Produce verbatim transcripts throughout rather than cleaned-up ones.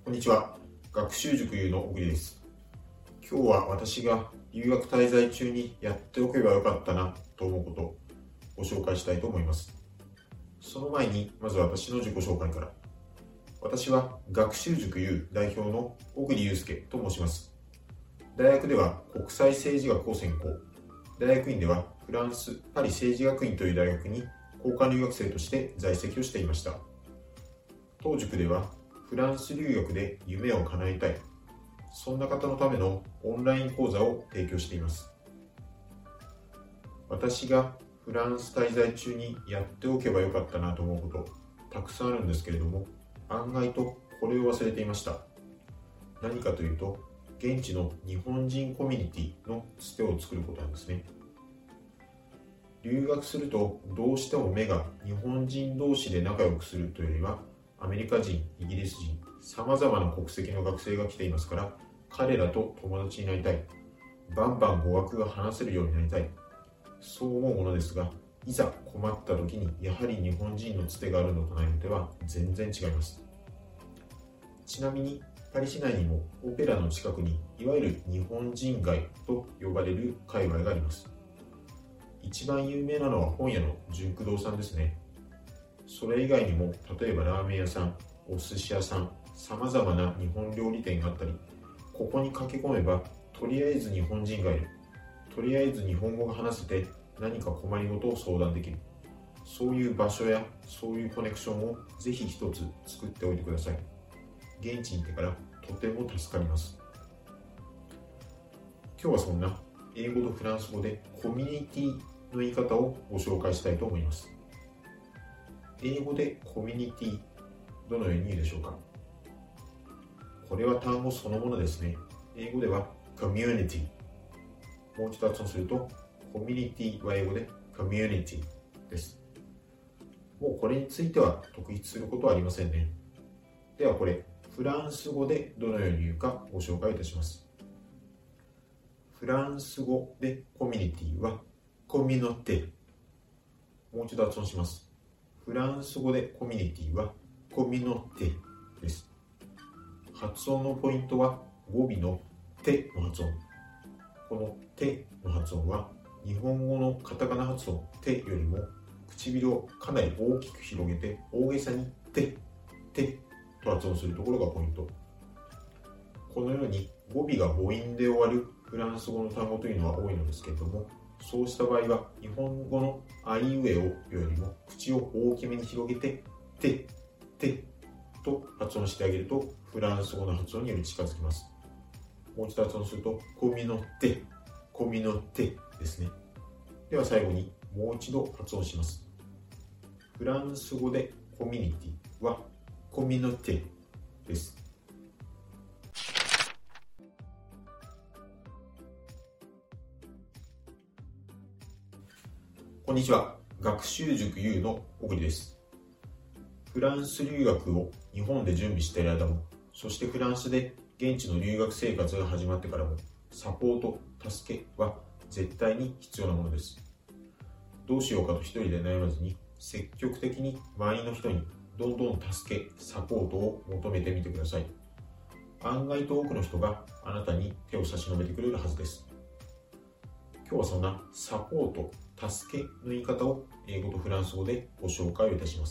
こんにちは。学習塾 U の小栗です。今日は私が留学滞在中にやっておけばよかったなと思うことをご紹介したいと思います。その前にまず私の自己紹介から。私は学習塾 U 代表の小栗祐介と申します。大学では国際政治学を専攻。大学院ではフランス・パリ政治学院という大学に交換留学生として在籍をしていました。当塾ではフランス留学で夢を叶えたい、そんな方のためのオンライン講座を提供しています。私がフランス滞在中にやっておけばよかったなと思うことたくさんあるんですけれども、案外とこれを忘れていました。何かというと、現地の日本人コミュニティのつてを作ることなんですね。留学するとどうしても目が日本人同士で仲良くするというよりは、アメリカ人、イギリス人、さまざまな国籍の学生が来ていますから、彼らと友達になりたい、バンバン語学が話せるようになりたい、そう思うものですが、いざ困った時にやはり日本人のつてがあるのとないのでは全然違います。ちなみにパリ市内にもオペラの近くにいわゆる日本人街と呼ばれる界隈があります。一番有名なのは本屋の純駆堂さんですね。それ以外にも例えばラーメン屋さん、お寿司屋さん、さまざまな日本料理店があったり、ここに駆け込めばとりあえず日本人がいる、とりあえず日本語が話せて何か困りごとを相談できる、そういう場所やそういうコネクションをぜひ一つ作っておいてください。現地に行ってからとても助かります。今日はそんな英語とフランス語でコミュニティの言い方をご紹介したいと思います。英語でコミュニティ、どのように言うでしょうか。これは単語そのものですね。英語ではコミュニティ。もう一度発音すると、コミュニティは英語でコミュニティです。もうこれについては特筆することはありませんね。ではこれ、フランス語でどのように言うかご紹介いたします。フランス語でコミュニティはコミュノテ。もう一度発音します。フランス語でコミュニティはコミュノテです。発音のポイントは語尾のテの発音。このテの発音は日本語のカタカナ発音テよりも唇をかなり大きく広げて大げさにテ、テと発音するところがポイント。このように語尾が母音で終わるフランス語の単語というのは多いのですけれども、そうした場合は日本語のあいうえおよりも口を大きめに広げてて、てと発音してあげるとフランス語の発音により近づきます。もう一度発音するとコミノテ、コミノテですね。では最後にもう一度発音します。フランス語でコミュニティはコミノテです。こんにちは。学習塾 U の小栗です。フランス留学を日本で準備している間も、そしてフランスで現地の留学生活が始まってからも、サポート、助けは絶対に必要なものです。どうしようかと一人で悩まずに、積極的に周りの人にどんどん助け、サポートを求めてみてください。案外と多くの人があなたに手を差し伸べてくれるはずです。今日はそんなサポート、助けの言い方を英語とフランス語でご紹介をいたします。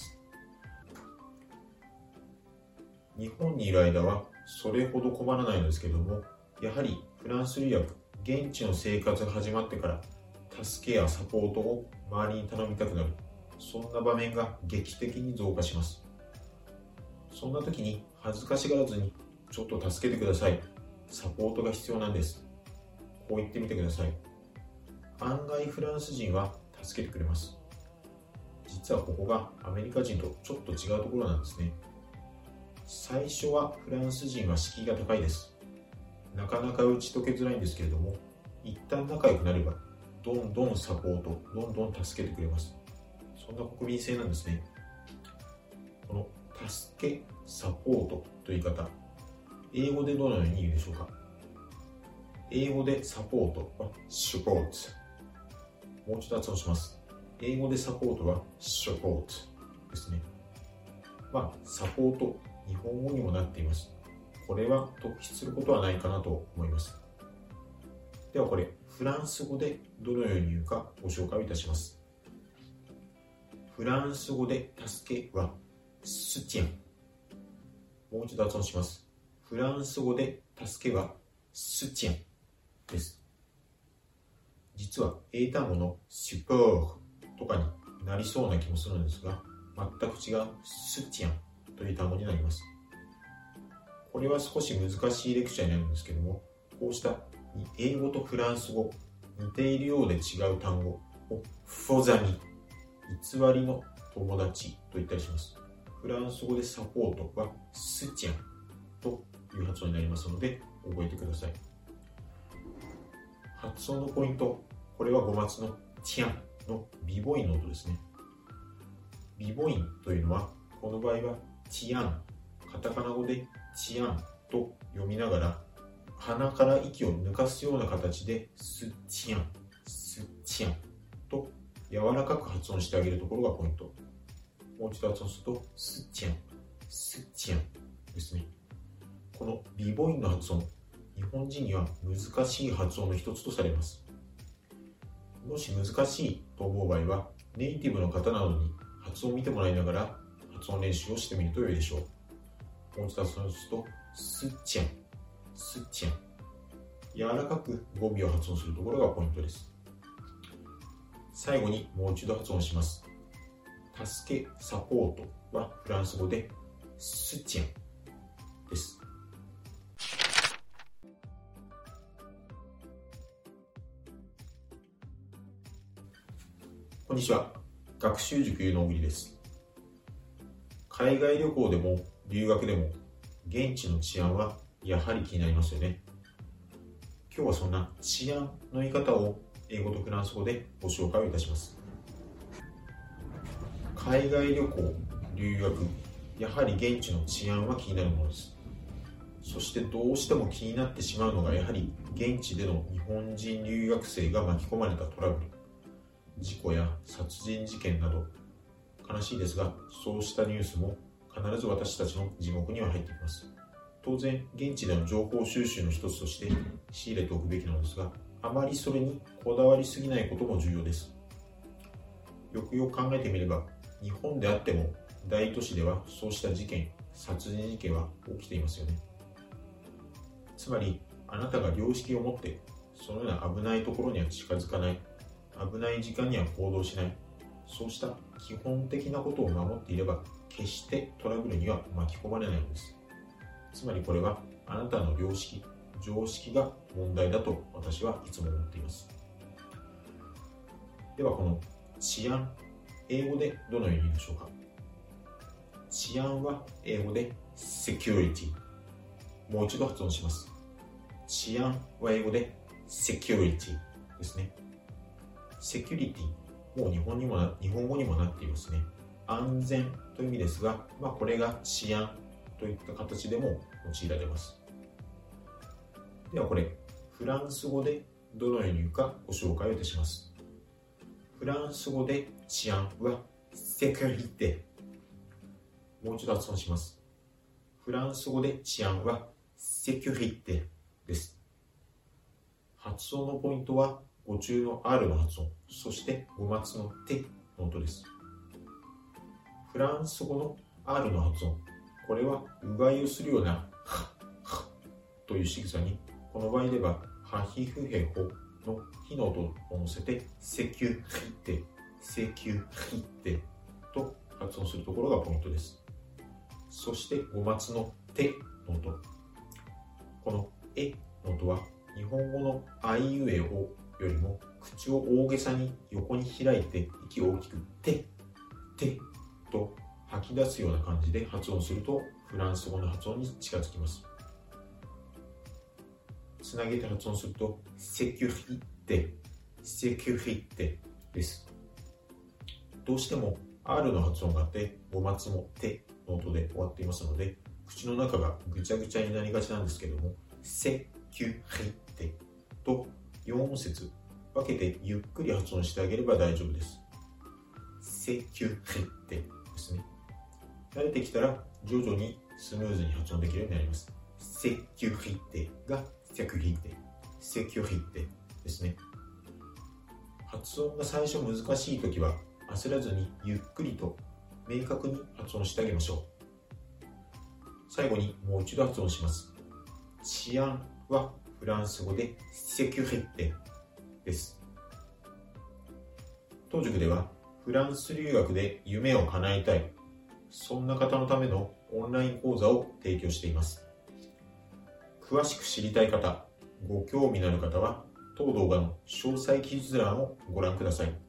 日本にいる間はそれほど困らないのですけれども、やはりフランス留学、現地の生活が始まってから助けやサポートを周りに頼みたくなる、そんな場面が劇的に増加します。そんな時に恥ずかしがらずに、ちょっと助けてください、サポートが必要なんです、こう言ってみてください。案外フランス人は助けてくれます。実はここがアメリカ人とちょっと違うところなんですね。最初はフランス人は敷居が高いです。なかなか打ち解けづらいんですけれども、一旦仲良くなればどんどんサポート、どんどん助けてくれます。そんな国民性なんですね。この助け、サポートという言い方、英語でどのように言うでしょうか。英語でサポートは support。もう一度発音します。英語でサポートは support ですね。まあ、サポート、日本語にもなっています。 これは特筆することはないかなと思います。ではこれ、フランス語でどのように言うかご紹介いたします。フランス語で助けはスティアン。もう一度発音します。フランス語で助けはスティアンです。実は英単語のシュポーとかになりそうな気もするんですが、全く違うスティアンという単語になります。これは少し難しいレクチャーになるんですけども、こうした英語とフランス語、似ているようで違う単語をフォザミ、偽りの友達と言ったりします。フランス語でサポートはスチャンという発音になりますので覚えてください。発音のポイント、これは語末のチャンのビ母音の音ですね。ビ母音というのはこの場合はチアン、カタカナ語でチアンと読みながら鼻から息を抜かすような形でスチャン、スチャンと柔らかく発音してあげるところがポイント。もう一度発音するとスチャン、スチャンですね。このビ母音の発音、日本人には難しい発音の一つとされます。もし難しいと思う場合は、ネイティブの方などに発音を見てもらいながら発音練習をしてみると良いでしょう。もう一度発音するとスチャン、スチャン。柔らかく語尾を発音するところがポイントです。最後にもう一度発音します。助け、サポートはフランス語でスチャンです。こんにちは。学習塾ゆうの小栗です。海外旅行でも留学でも現地の治安はやはり気になりますよね。今日はそんな治安の言い方を英語とフランス語でご紹介をいたします。海外旅行、留学、やはり現地の治安は気になるものです。そしてどうしても気になってしまうのがやはり現地での日本人留学生が巻き込まれたトラブル、事故や殺人事件など、悲しいですがそうしたニュースも必ず私たちの耳目には入ってきます。当然現地での情報収集の一つとして仕入れておくべきなのですが、あまりそれにこだわりすぎないことも重要です。よくよく考えてみれば、日本であっても大都市ではそうした事件、殺人事件は起きていますよね。つまりあなたが良識を持ってそのような危ないところには近づかない、危ない時間には行動しない、そうした基本的なことを守っていれば決してトラブルには巻き込まれないのです。つまりこれはあなたの良識、常識が問題だと私はいつも思っています。ではこの治安、英語でどのように言うでしょうか。治安は英語で security。もう一度発音します。治安は英語で security ですね。security、もう日本にもな日本語にもなっていますね。安全という意味ですが、まあ、これが治安といった形でも用いられます。ではこれ、フランス語でどのように言うかご紹介をいたします。フランス語で治安はセキュリティ。もう一度発音します。フランス語で治安はセキュリティです。発音のポイントは語中の R の発音、そして語末のテの音です。フランス語の R の発音、これはうがいをするようなという仕草に、この場合ではハヒフヘホのヒの音を乗せてセキュリテ、セキュリテと発音するところがポイントです。そして語末のテの音、このエの音は日本語のあいうえおよりも口を大げさに横に開いて息を大きくテテと吐き出すような感じで発音するとフランス語の発音に近づきます。つなげて発音するとセキュリテ、セキュリテです。どうしても R の発音があって語末もテの音で終わっていますので、口の中がぐちゃぐちゃになりがちなんですけども、セキュリテとよん音節分けてゆっくり発音してあげれば大丈夫です。セキュリテですね。慣れてきたら徐々にスムーズに発音できるようになります。セセキュリテがセキュリテ、セキュリテですね。発音が最初難しいときは焦らずにゆっくりと明確に発音してあげましょう。最後にもう一度発音します。治安はフランス語でセキュリテです。当塾ではフランス留学で夢を叶えたい、そんな方のためのオンライン講座を提供しています。詳しく知りたい方、ご興味のある方は当動画の詳細記述欄をご覧ください。